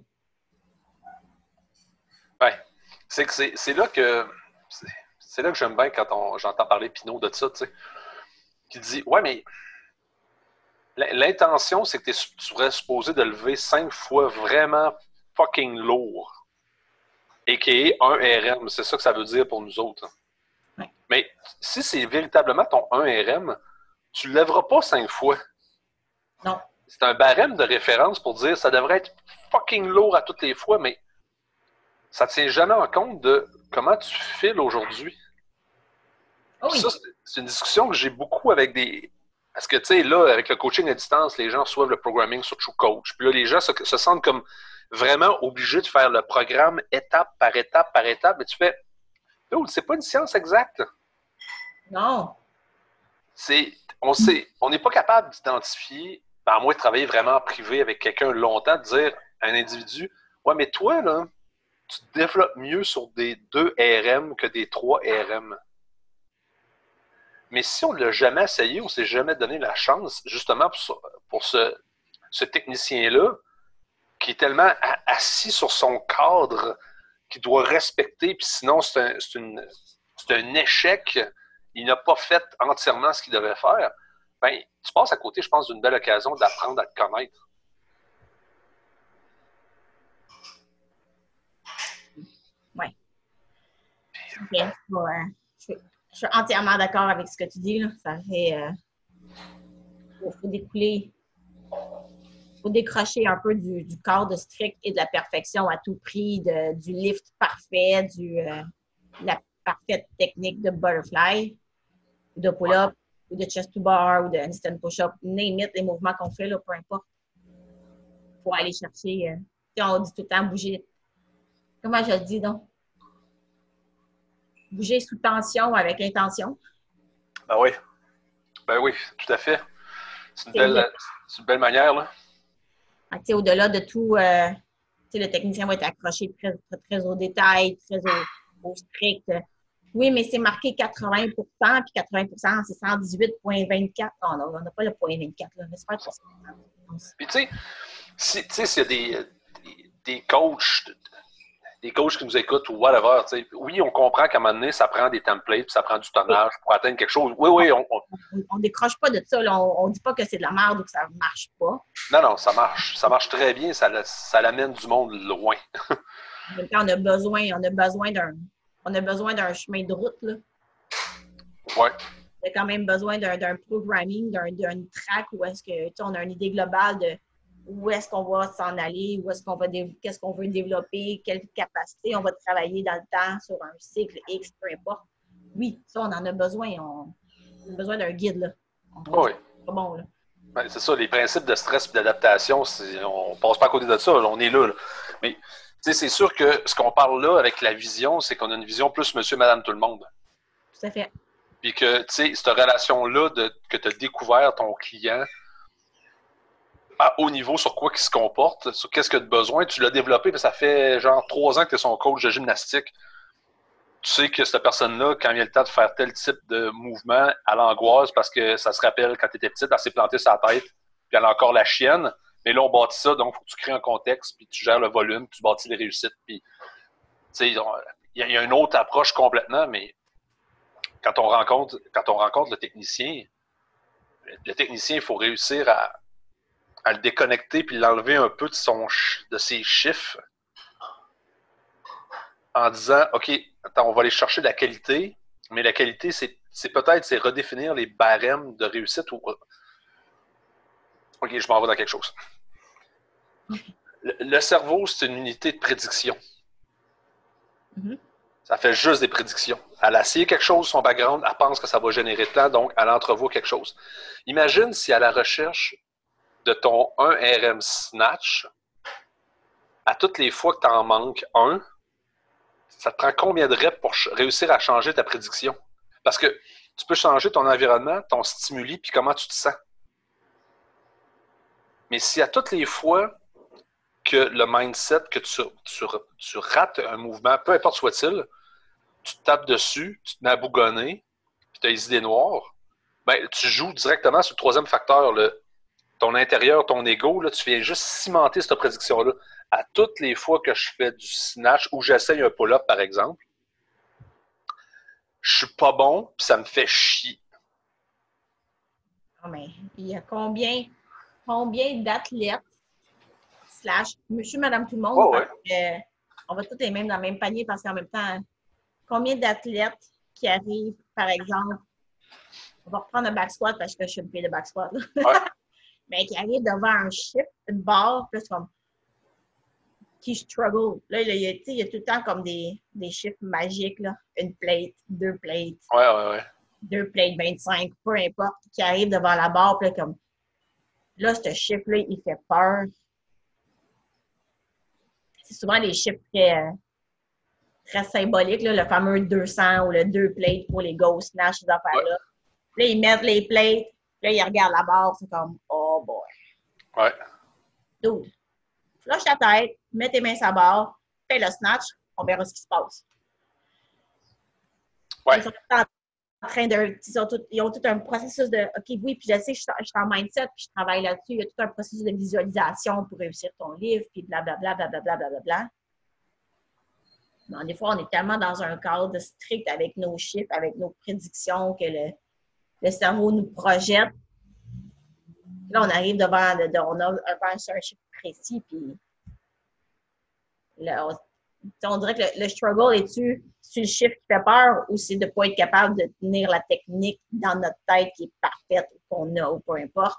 Ouais. C'est, que c'est, c'est là que c'est, c'est là que j'aime bien quand on, j'entends parler Pinot de ça, tu sais. qui dit « Ouais, mais l'intention, c'est que tu serais supposé de lever cinq fois vraiment fucking lourd. A K A un R M. C'est ça que ça veut dire pour nous autres. Ouais. Mais si c'est véritablement ton un R M, tu ne le lèveras pas cinq fois. Non. C'est un barème de référence pour dire ça devrait être fucking lourd à toutes les fois, mais ça ne tient jamais en compte de comment tu files aujourd'hui. Oh oui. Ça, c'est une discussion que j'ai beaucoup avec des... Parce que, tu sais, là, avec le coaching à distance, les gens reçoivent le programming sur TrueCoach. Puis là, les gens se, se sentent comme vraiment obligés de faire le programme étape par étape par étape. Mais tu fais, oh, c'est pas une science exacte. Non. C'est, on sait, on n'est pas capable d'identifier, ben, à moins de travailler vraiment en privé avec quelqu'un longtemps, de dire à un individu, ouais, mais toi, là, tu te développes mieux sur des deux R M que des trois R M. Mais si on ne l'a jamais essayé, on ne s'est jamais donné la chance, justement pour, pour ce, ce technicien-là, qui est tellement assis sur son cadre, qu'il doit respecter, puis sinon c'est un, c'est une, c'est un échec, il n'a pas fait entièrement ce qu'il devait faire, ben, tu passes à côté, je pense, d'une belle occasion d'apprendre à te connaître. Oui. Okay. Bon, euh, je, je suis entièrement d'accord avec ce que tu dis. Là. Ça fait... Euh, faut, faut découler... faut décrocher un peu du, du cadre strict et de la perfection à tout prix, de, du lift parfait, du, euh, de la parfaite technique de butterfly, ou de pull-up, ou de chest to bar, ou de handstand push-up, name it, les mouvements qu'on fait, là, peu importe. Il faut aller chercher, euh, on dit tout le temps bouger. Comment je le dis donc? Bouger sous tension avec intention. Ben oui. Ben oui, tout à fait. C'est une, belle, c'est une belle manière, là. Au-delà de tout, euh, le technicien va être accroché très, très, très au détail, très au, au strict. Oui, mais c'est marqué quatre-vingts pour cent, puis quatre-vingts pour cent, c'est cent dix-huit virgule vingt-quatre. Oh non, on n'a pas le point vingt-quatre, là. J'espère que c'est Puis tu sais, si, tu sais, s'il y a des, des, des coachs, des coachs qui nous écoutent ou whatever, tu sais, oui, on comprend qu'à un moment donné, ça prend des templates, puis ça prend du tonnage pour atteindre quelque chose. Oui, oui, on... On ne décroche pas de ça, là. On ne dit pas que c'est de la merde ou que ça ne marche pas. Non, non, ça marche. Ça marche très bien, ça, ça l'amène du monde loin. En même temps, on a besoin, on a besoin d'un, on a besoin d'un chemin de route, là. Ouais. On a quand même besoin d'un, d'un programming, d'un, d'un track où est-ce que, tu sais, on a une idée globale de où est-ce qu'on va s'en aller, où est-ce qu'on va, dé- qu'est-ce qu'on veut développer, quelle capacité on va travailler dans le temps sur un cycle X, peu importe. Oui, ça, on en a besoin. On, on a besoin d'un guide, là. On, Oui. C'est pas bon, là. Ben, c'est ça, les principes de stress et d'adaptation, c'est, on passe pas à côté de ça, là, on est là, là. Mais c'est sûr que ce qu'on parle là avec la vision, c'est qu'on a une vision plus monsieur, madame, tout le monde. Tout à fait. Puis que, tu sais, cette relation-là de, que tu as découvert ton client à haut niveau sur quoi il se comporte, sur qu'est-ce qu'il a de besoin, tu l'as développé, puis ça fait genre trois ans que tu es son coach de gymnastique. Tu sais que cette personne-là, quand il y a le temps de faire tel type de mouvement, elle angoisse parce que ça se rappelle quand tu étais petite, elle s'est plantée sa tête, puis elle a encore la chienne. Mais là, on bâtit ça, donc il faut que tu crées un contexte, puis tu gères le volume, puis tu bâtis les réussites. Puis, tu sais, il y, y a une autre approche complètement, mais quand on rencontre, quand on rencontre le technicien, le technicien, il faut réussir à, à le déconnecter puis l'enlever un peu de, son, de ses chiffres en disant, OK, attends, on va aller chercher de la qualité, mais la qualité, c'est, c'est peut-être c'est redéfinir les barèmes de réussite. Ou... OK, je m'en vais dans quelque chose. Le, le cerveau, c'est une unité de prédiction. Mm-hmm. Ça fait juste des prédictions. Elle a essayé quelque chose, son background, elle pense que ça va générer tant, donc elle entrevoit quelque chose. Imagine si à la recherche de ton un R M Snatch, à toutes les fois que tu en manques un, ça te prend combien de reps pour réussir à changer ta prédiction? Parce que tu peux changer ton environnement, ton stimuli, puis comment tu te sens. Mais si à toutes les fois que le mindset, que tu, tu, tu rates un mouvement, peu importe soit-il, tu te tapes dessus, tu te mets à bougonner, puis tu as les idées noires, ben, tu joues directement sur le troisième facteur, le, ton intérieur, ton ego, là, tu viens juste cimenter cette prédiction-là. À toutes les fois que je fais du snatch ou j'essaye un pull-up, par exemple, je suis pas bon, puis ça me fait chier. mais il y a combien, combien d'athlètes, slash, monsieur, madame, tout le monde, Oh, parce ouais. que, euh, on va tous les mêmes dans le même panier parce qu'en même temps, combien d'athlètes qui arrivent, par exemple, on va reprendre un back squat parce que je suis une fille de back squat, là. Ouais. Mais qui arrivent devant un chiffre, une barre, plus comme qui struggle. Là, il y, a, il y a tout le temps comme des, des chiffres magiques, là. Une plate, deux plates, Ouais, ouais, ouais. deux plates vingt-cinq, peu importe, qui arrivent devant la barre, puis là, comme là, ce chiffre-là, il fait peur. C'est souvent des chiffres très, euh, très symboliques, là, le fameux deux cents ou le deux plates pour les ghost snatch, ces affaires-là. Ouais. Là, ils mettent les plates, là, ils regardent la barre, c'est comme, oh boy. Ouais. Dude, flush ta tête, mets tes mains sur la barre, fais le snatch, on verra ce qui se passe. Ouais. Ils sont tout en train de. Ils ont, tout, ils ont tout un processus de OK, oui, puis je sais, je, je suis en mindset, puis je travaille là-dessus. Il y a tout un processus de visualisation pour réussir ton livre, puis blablabla, blablabla, blablabla. Non, des fois, on est tellement dans un cadre strict avec nos chiffres, avec nos prédictions, que le, le cerveau nous projette. Là, on arrive devant, de, de, on a un, un chiffre précis, puis là, on, on dirait que le, le struggle est-tu sur le chiffre qui fait peur ou c'est de ne pas être capable de tenir la technique dans notre tête qui est parfaite ou qu'on a ou peu importe.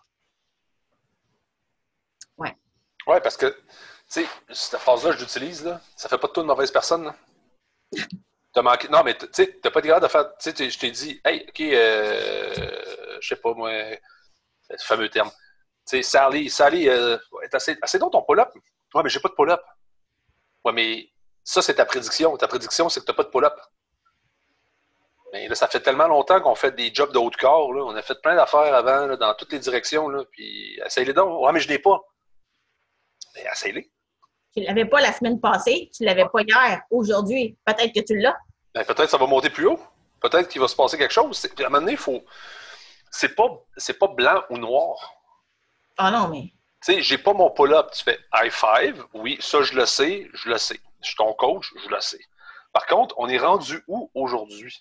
Ouais. Ouais, parce que, tu sais, cette phrase-là, je l'utilise, là, ça fait pas de toi une mauvaise personne, là. T'as manqué. Non, mais tu sais, t'as pas été capable de faire. Tu sais, je t'ai dit, hey, OK, euh, je sais pas, moi, ce fameux terme. Tu sais, Sally, Sally, euh, assez, assez donc ton pull-up. Ouais, mais j'ai pas de pull-up. Ouais, mais ça, c'est ta prédiction. Ta prédiction, c'est que t'as pas de pull-up. Mais là, ça fait tellement longtemps qu'on fait des jobs de haut de corps, là. On a fait plein d'affaires avant, là, dans toutes les directions, là. Puis, essaye-les donc. Ouais, mais je n'ai pas. Mais essaye-les. Tu ne l'avais pas la semaine passée, tu ne l'avais pas hier, aujourd'hui. Peut-être que tu l'as. Ben, peut-être que ça va monter plus haut. Peut-être qu'il va se passer quelque chose. C'est, à un moment donné, il faut. C'est pas, c'est pas blanc ou noir. Ah non, mais. Tu sais, j'ai pas mon pull-up. Tu fais high five. Oui, ça, je le sais. Je le sais. Je suis ton coach. Je le sais. Par contre, on est rendu où aujourd'hui?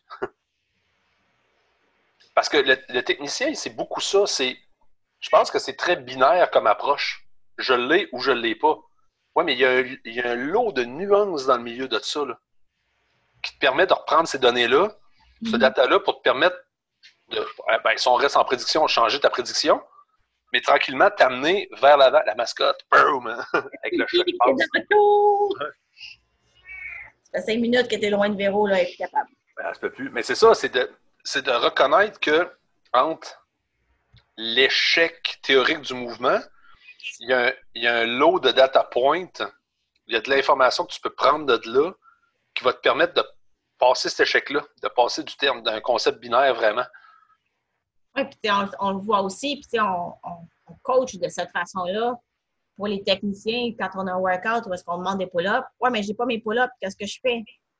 Parce que le, le technicien, c'est beaucoup ça. C'est, je pense que c'est très binaire comme approche. Je l'ai ou je ne l'ai pas. Oui, mais il y, a un, il y a un lot de nuances dans le milieu de ça, là, qui te permet de reprendre ces données-là, mm-hmm. ce data-là, pour te permettre de. Ben, si on reste en prédiction, changer ta prédiction, mais tranquillement t'amener vers l'avant. La mascotte, boom! Avec le choc. Ça fait cinq minutes que tu es loin de Véro, là, et plus capable. Ben, ça peut plus. Mais c'est ça, c'est de, c'est de reconnaître que entre l'échec théorique du mouvement, il y a un, il y a un lot de data points, il y a de l'information que tu peux prendre de là qui va te permettre de passer cet échec-là, de passer du terme d'un concept binaire vraiment. Oui, puis on, on le voit aussi, puis on, on, on coach de cette façon-là pour les techniciens quand on a un workout où est-ce qu'on demande des pull-ups. Oui, mais j'ai pas mes pull-ups, qu'est-ce que je fais?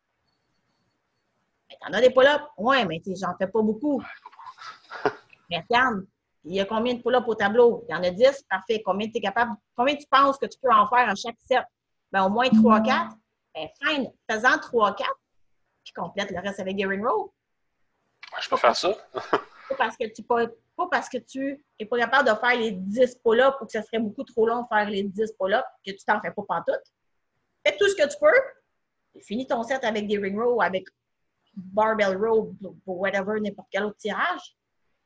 Ben, t'en as des pull-ups? Oui, mais j'en fais pas beaucoup. Mais regarde, il y a combien de pull-ups au tableau? Il y en a dix, parfait. Combien tu es capable? Combien tu penses que tu peux en faire à chaque set? Ben, au moins trois quatre. Ben, fine, faisant trois quatre, puis complète le reste avec des ring rows. Je peux faire ça. Pas parce que tu pas, pas parce que tu n'es pas capable de faire les dix pull-ups ou que ça serait beaucoup trop long de faire les dix pull-ups, que tu t'en fais pas pantoute. Fais tout ce que tu peux. Et finis ton set avec des ring rows, avec barbell row, ou whatever, n'importe quel autre tirage.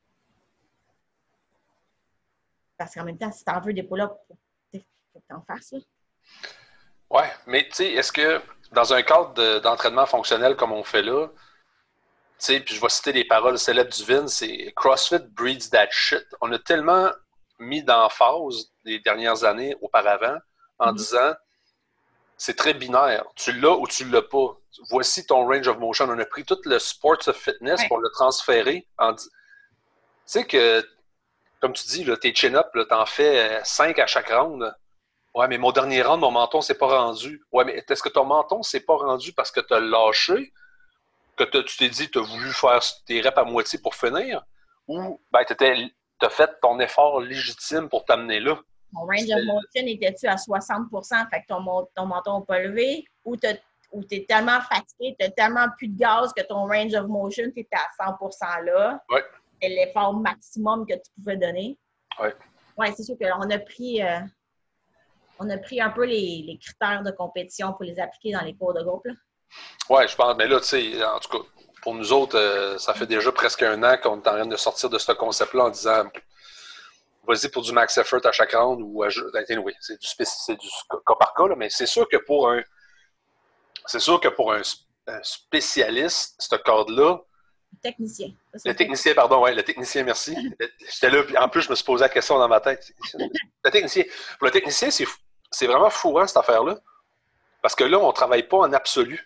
Parce qu'en même temps, si tu en veux des pull-ups, il faut que tu en fasses. Là. Ouais, mais tu sais, est-ce que dans un cadre de, d'entraînement fonctionnel comme on fait là, tu sais, puis je vais citer les paroles célèbres du Vince, c'est « CrossFit breeds that shit ». On a tellement mis d'emphase les dernières années auparavant en mm-hmm. disant « c'est très binaire, tu l'as ou tu l'as pas. Voici ton range of motion ». On a pris tout le sports of fitness ouais. pour le transférer. En di- tu sais que, comme tu dis, là, tes chin-up, t'en fais cinq à chaque round. Ouais, mais mon dernier round, mon menton s'est pas rendu. Ouais, mais est-ce que ton menton s'est pas rendu parce que tu as lâché? Que tu t'es dit, tu as voulu faire tes reps à moitié pour finir, ou ben, tu as fait ton effort légitime pour t'amener là? Mon range of motion était-tu à soixante pour cent, fait que ton, ton menton n'a pas levé, ou tu es tellement fatigué, tu as tellement plus de gaz que ton range of motion, tu es à cent pour cent là? Oui. l'effort maximum que tu pouvais donner. Oui. Oui, c'est sûr qu'on a pris euh, on a pris un peu les, les critères de compétition pour les appliquer dans les cours de groupe. Oui, je pense. Mais là, tu sais, en tout cas, pour nous autres, euh, ça fait déjà presque un an qu'on est en train de sortir de ce concept-là en disant vas-y pour du max effort à chaque round ou à oui, c'est du, c'est du cas par cas, là, mais c'est sûr que pour un c'est sûr que pour un, un spécialiste, ce cadre-là. Le technicien. Ça, le technicien, pardon, oui, le technicien, merci. J'étais là, puis en plus, je me suis posé la question dans ma tête. Le technicien. Pour le technicien, c'est, c'est vraiment fourrant, cette affaire-là. Parce que là, on ne travaille pas en absolu.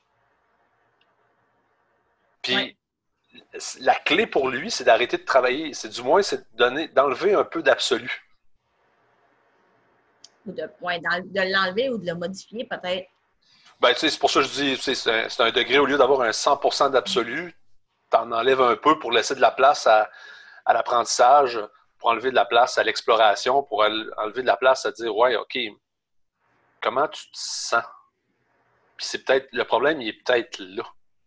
Puis, ouais. La clé pour lui, c'est d'arrêter de travailler. C'est du moins, c'est de donner, d'enlever un peu d'absolu. Ou de, ouais, de l'enlever ou de le modifier, peut-être. Ben, tu sais, c'est pour ça que je dis, c'est un, c'est un degré, au lieu d'avoir un cent pour cent d'absolu, tu en enlèves un peu pour laisser de la place à, à l'apprentissage, pour enlever de la place à l'exploration, pour enlever de la place à dire, ouais, OK, comment tu te sens? Puis c'est peut-être, le problème, il est peut-être là.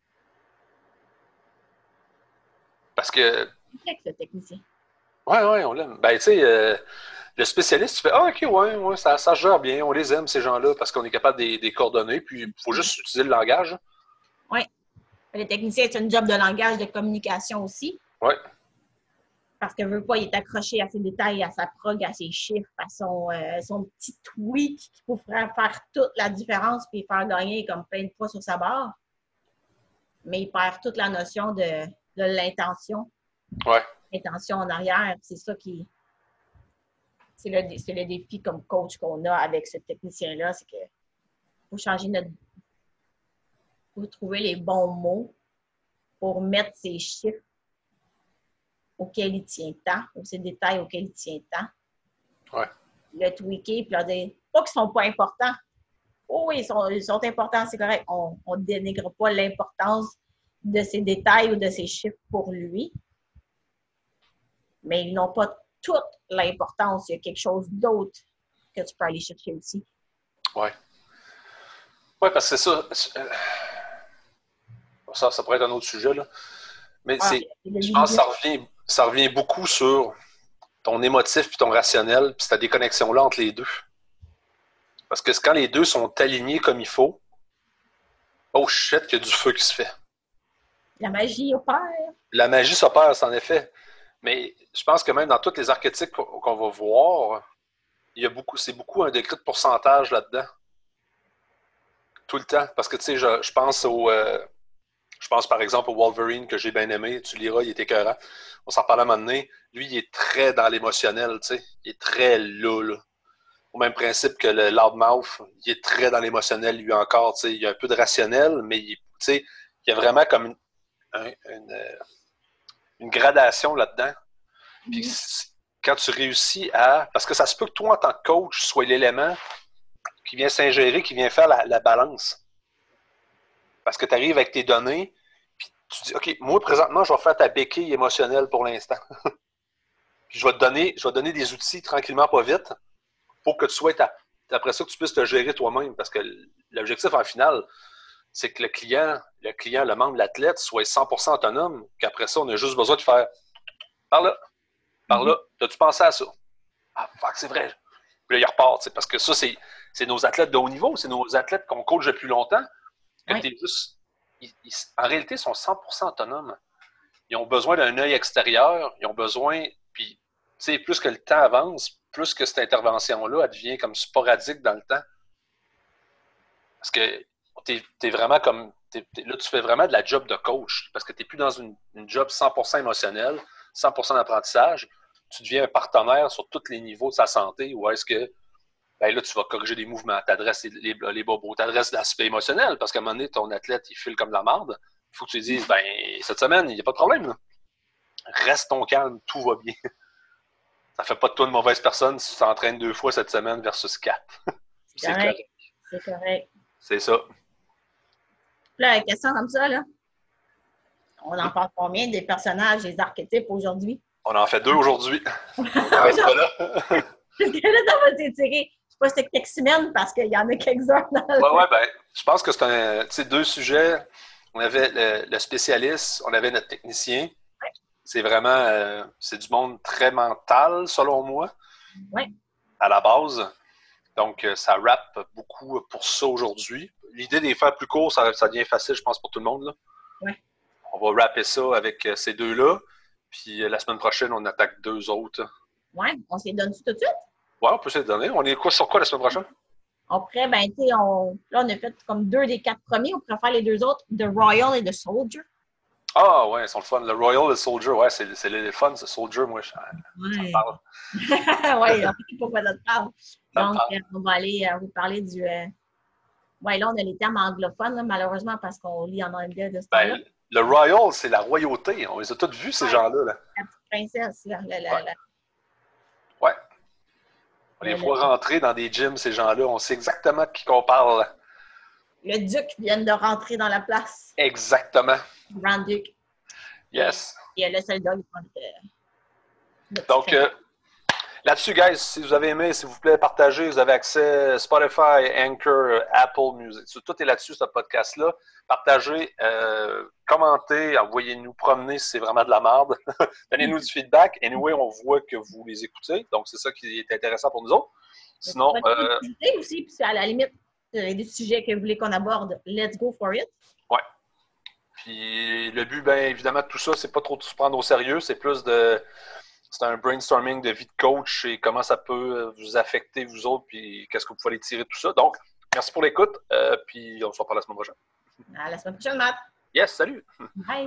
Parce que. C'est le technicien. Ouais, ouais, on l'aime. Ben, tu sais, euh, le spécialiste, tu fais, ah, OK, ouais, ouais, ça, ça se gère bien, on les aime, ces gens-là, parce qu'on est capable de les coordonner, puis il faut juste utiliser le langage. Oui. Le technicien, c'est un job de langage, de communication aussi. Oui. Parce que veut pas, il est accroché à ses détails, à sa prog, à ses chiffres, à son, euh, son petit tweak qui pourrait faire toute la différence puis faire gagner comme plein de fois sur sa barre. Mais il perd toute la notion de, de l'intention. Oui. L'intention en arrière. C'est ça qui. C'est le, c'est le défi comme coach qu'on a avec ce technicien-là. C'est qu'il faut changer notre. Il faut trouver les bons mots pour mettre ces chiffres auxquels il tient tant, ou ces détails auxquels il tient tant. Ouais. Le tweaker, puis leur dire, pas qu'ils ne sont pas importants. Oh oui, ils sont, ils sont importants, c'est correct. On ne dénigre pas l'importance de ces détails ou de ces chiffres pour lui. Mais ils n'ont pas toute l'importance. Il y a quelque chose d'autre que tu peux aller chercher aussi. Oui. Oui, parce que c'est ça. ça. Ça pourrait être un autre sujet, là. Mais ah, c'est, je pense que ça revient, ça revient beaucoup sur ton émotif puis ton rationnel, puis cette déconnexion-là entre les deux. Parce que quand les deux sont alignés comme il faut, oh shit, qu'il y a du feu qui se fait. La magie opère. La magie s'opère, c'est en effet. Mais je pense que même dans tous les archétypes qu'on va voir, il y a beaucoup, c'est beaucoup un degré de pourcentage là-dedans. Tout le temps. Parce que, tu sais, je, je pense au... Euh, Je pense par exemple au Wolverine que j'ai bien aimé. Tu liras, il est écœurant. On s'en parle à un moment donné. Lui, il est très dans l'émotionnel, tu sais. Il est très là, là. Au même principe que le Loudmouth, il est très dans l'émotionnel, lui encore, tu sais. Il y a un peu de rationnel, mais il, tu sais, il y a vraiment comme une, un, une, une gradation là-dedans. Puis mm-hmm. Quand tu réussis à... Parce que ça se peut que toi, en tant que coach, sois l'élément qui vient s'ingérer, qui vient faire la, la balance. Parce que tu arrives avec tes données, puis tu dis, OK, moi, présentement, je vais faire ta béquille émotionnelle pour l'instant. Puis je vais te donner, je vais te donner des outils tranquillement, pas vite, pour que tu sois, ta, après ça, que tu puisses te gérer toi-même. Parce que l'objectif, en final, c'est que le client, le client, le membre, l'athlète, soit cent pour cent autonome, qu'après ça, on a juste besoin de faire, par là, par là, as-tu pensé à ça? Ah, fuck, c'est vrai. Puis là, il repart, parce que ça, c'est, c'est nos athlètes de haut niveau, c'est nos athlètes qu'on coach depuis longtemps. Que oui. T'es juste, ils, ils, en réalité, ils sont cent pour cent autonomes. Ils ont besoin d'un œil extérieur. Ils ont besoin, puis, tu sais, plus que le temps avance, plus que cette intervention-là, elle devient comme sporadique dans le temps. Parce que t'es, t'es vraiment comme, t'es, t'es, là, tu fais vraiment de la job de coach, parce que tu n'es plus dans une, une job cent pour cent émotionnelle, cent pour cent d'apprentissage. Tu deviens un partenaire sur tous les niveaux de sa santé, ou est-ce que ben là, tu vas corriger des mouvements, tu adresses les, les, les bobos, tu adresses l'aspect émotionnel, parce qu'à un moment donné, ton athlète, il file comme de la marde. Il faut que tu lui dises, ben, cette semaine, il n'y a pas de problème. Là. Reste ton calme, tout va bien. Ça fait pas de toi une mauvaise personne si tu t'entraînes deux fois cette semaine versus quatre. C'est, c'est correct. correct. C'est correct. C'est ça. Là, la question comme ça, là, on en parle combien des personnages, des archétypes aujourd'hui? On en fait deux aujourd'hui. On reste pas là. Parce que là, ça va s'étirer. Je sais pas si c'est quelques semaines parce qu'il y en a quelques-uns dans le... Oui, ouais, ben, je pense que c'est un, deux sujets. On avait le, le spécialiste, on avait notre technicien. Ouais. c'est vraiment, euh, c'est du monde très mental, selon moi, Oui. à la base. Donc, euh, ça rappe beaucoup pour ça aujourd'hui. L'idée de les faire plus courts, ça, ça devient facile, je pense, pour tout le monde. Oui. On va rapper ça avec euh, ces deux-là. Puis euh, la semaine prochaine, on attaque deux autres. Oui, on s'est donné tout de suite. Ouais, on peut se les donner. On est quoi sur quoi la semaine prochaine? On pourrait, ben, tu sais, on, là, on a fait comme deux des quatre premiers. On pourrait faire les deux autres, The Royal et The Soldier. Ah, ouais, ils sont le fun. Le Royal et le Soldier, ouais, c'est, c'est le fun, ce Soldier, moi, ça, ça me Oui. parle. Oui, on sait pourquoi ça te parle. Ça me Donc, parle. euh, on va aller euh, vous parler du. Euh... Oui, là, on a les termes anglophones, là, malheureusement, parce qu'on lit en anglais de ce temps-là. Ben, le Royal, c'est la royauté. On les a tous vus, ces Ouais, gens-là. Là. la petite princesse, là, la, la, Ouais. la, Ouais. On les le, voit le, rentrer dans des gyms, ces gens-là. On sait exactement de qui qu'on parle. le duc vient de rentrer dans la place. Exactement. Le Grand Duc. Yes. Et, et le soldat, il prend le, le petit Donc, euh, là-dessus, guys, si vous avez aimé, s'il vous plaît, partagez. Vous avez accès à Spotify, Anchor, Apple Music. Tout est là-dessus, ce podcast-là. Partagez, euh, commentez, envoyez-nous promener si c'est vraiment de la merde. Donnez-nous du feedback. Anyway, on voit que vous les écoutez. Donc, c'est ça qui est intéressant pour nous autres. Sinon, euh, aussi, puis à la limite, euh, des sujets que vous voulez qu'on aborde, let's go for it. ouais. Puis le but, bien évidemment, de tout ça, c'est pas trop de se prendre au sérieux. C'est plus de. C'est un brainstorming de vie de coach et comment ça peut vous affecter, vous autres, puis qu'est-ce que vous pouvez tirer de tout ça. Donc, merci pour l'écoute, euh, puis on se reparle la semaine prochaine. À la semaine prochaine, Matt. Yes, salut! Bye!